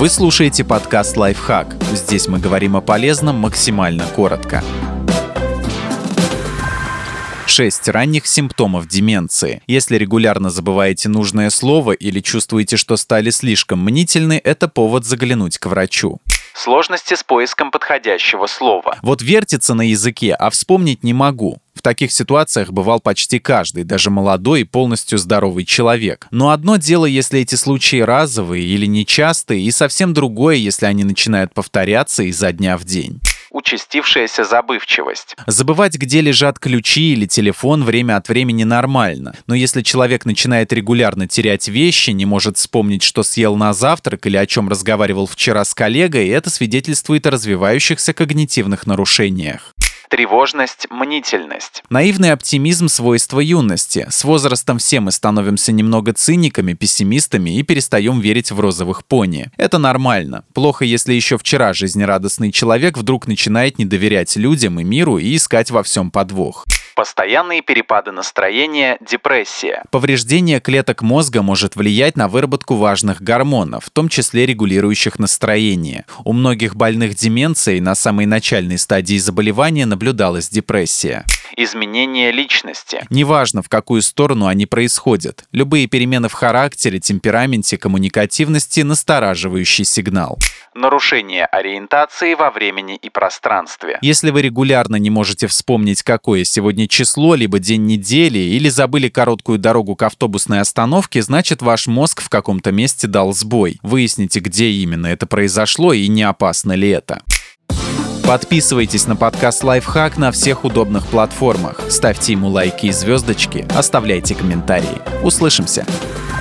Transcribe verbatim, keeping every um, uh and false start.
Вы слушаете подкаст «Лайфхак». Здесь мы говорим о полезном максимально коротко. Шесть ранних симптомов деменции. Если регулярно забываете нужное слово или чувствуете, что стали слишком мнительны, это повод заглянуть к врачу. Сложности с поиском подходящего слова. Вот вертится на языке, а вспомнить не могу. В таких ситуациях бывал почти каждый, даже молодой и полностью здоровый человек. Но одно дело, если эти случаи разовые или нечастые, и совсем другое, если они начинают повторяться изо дня в день. Участившаяся забывчивость. Забывать, где лежат ключи или телефон, время от времени нормально. Но если человек начинает регулярно терять вещи, не может вспомнить, что съел на завтрак или о чем разговаривал вчера с коллегой, это свидетельствует о развивающихся когнитивных нарушениях. Тревожность, мнительность. Наивный оптимизм – свойство юности. С возрастом все мы становимся немного циниками, пессимистами и перестаем верить в розовых пони. Это нормально. Плохо, если еще вчера жизнерадостный человек вдруг начинает не доверять людям и миру и искать во всем подвох. Постоянные перепады настроения, депрессия. Повреждение клеток мозга может влиять на выработку важных гормонов, в том числе регулирующих настроение. У многих больных деменцией на самой начальной стадии заболевания наблюдалась депрессия. Изменение личности. Неважно, в какую сторону они происходят. Любые перемены в характере, темпераменте, коммуникативности – настораживающий сигнал. Нарушение ориентации во времени и пространстве. Если вы регулярно не можете вспомнить, какое сегодня число, либо день недели, или забыли короткую дорогу к автобусной остановке, значит, ваш мозг в каком-то месте дал сбой. Выясните, где именно это произошло и не опасно ли это. Подписывайтесь на подкаст «Лайфхак» на всех удобных платформах. Ставьте ему лайки и звездочки, оставляйте комментарии. Услышимся!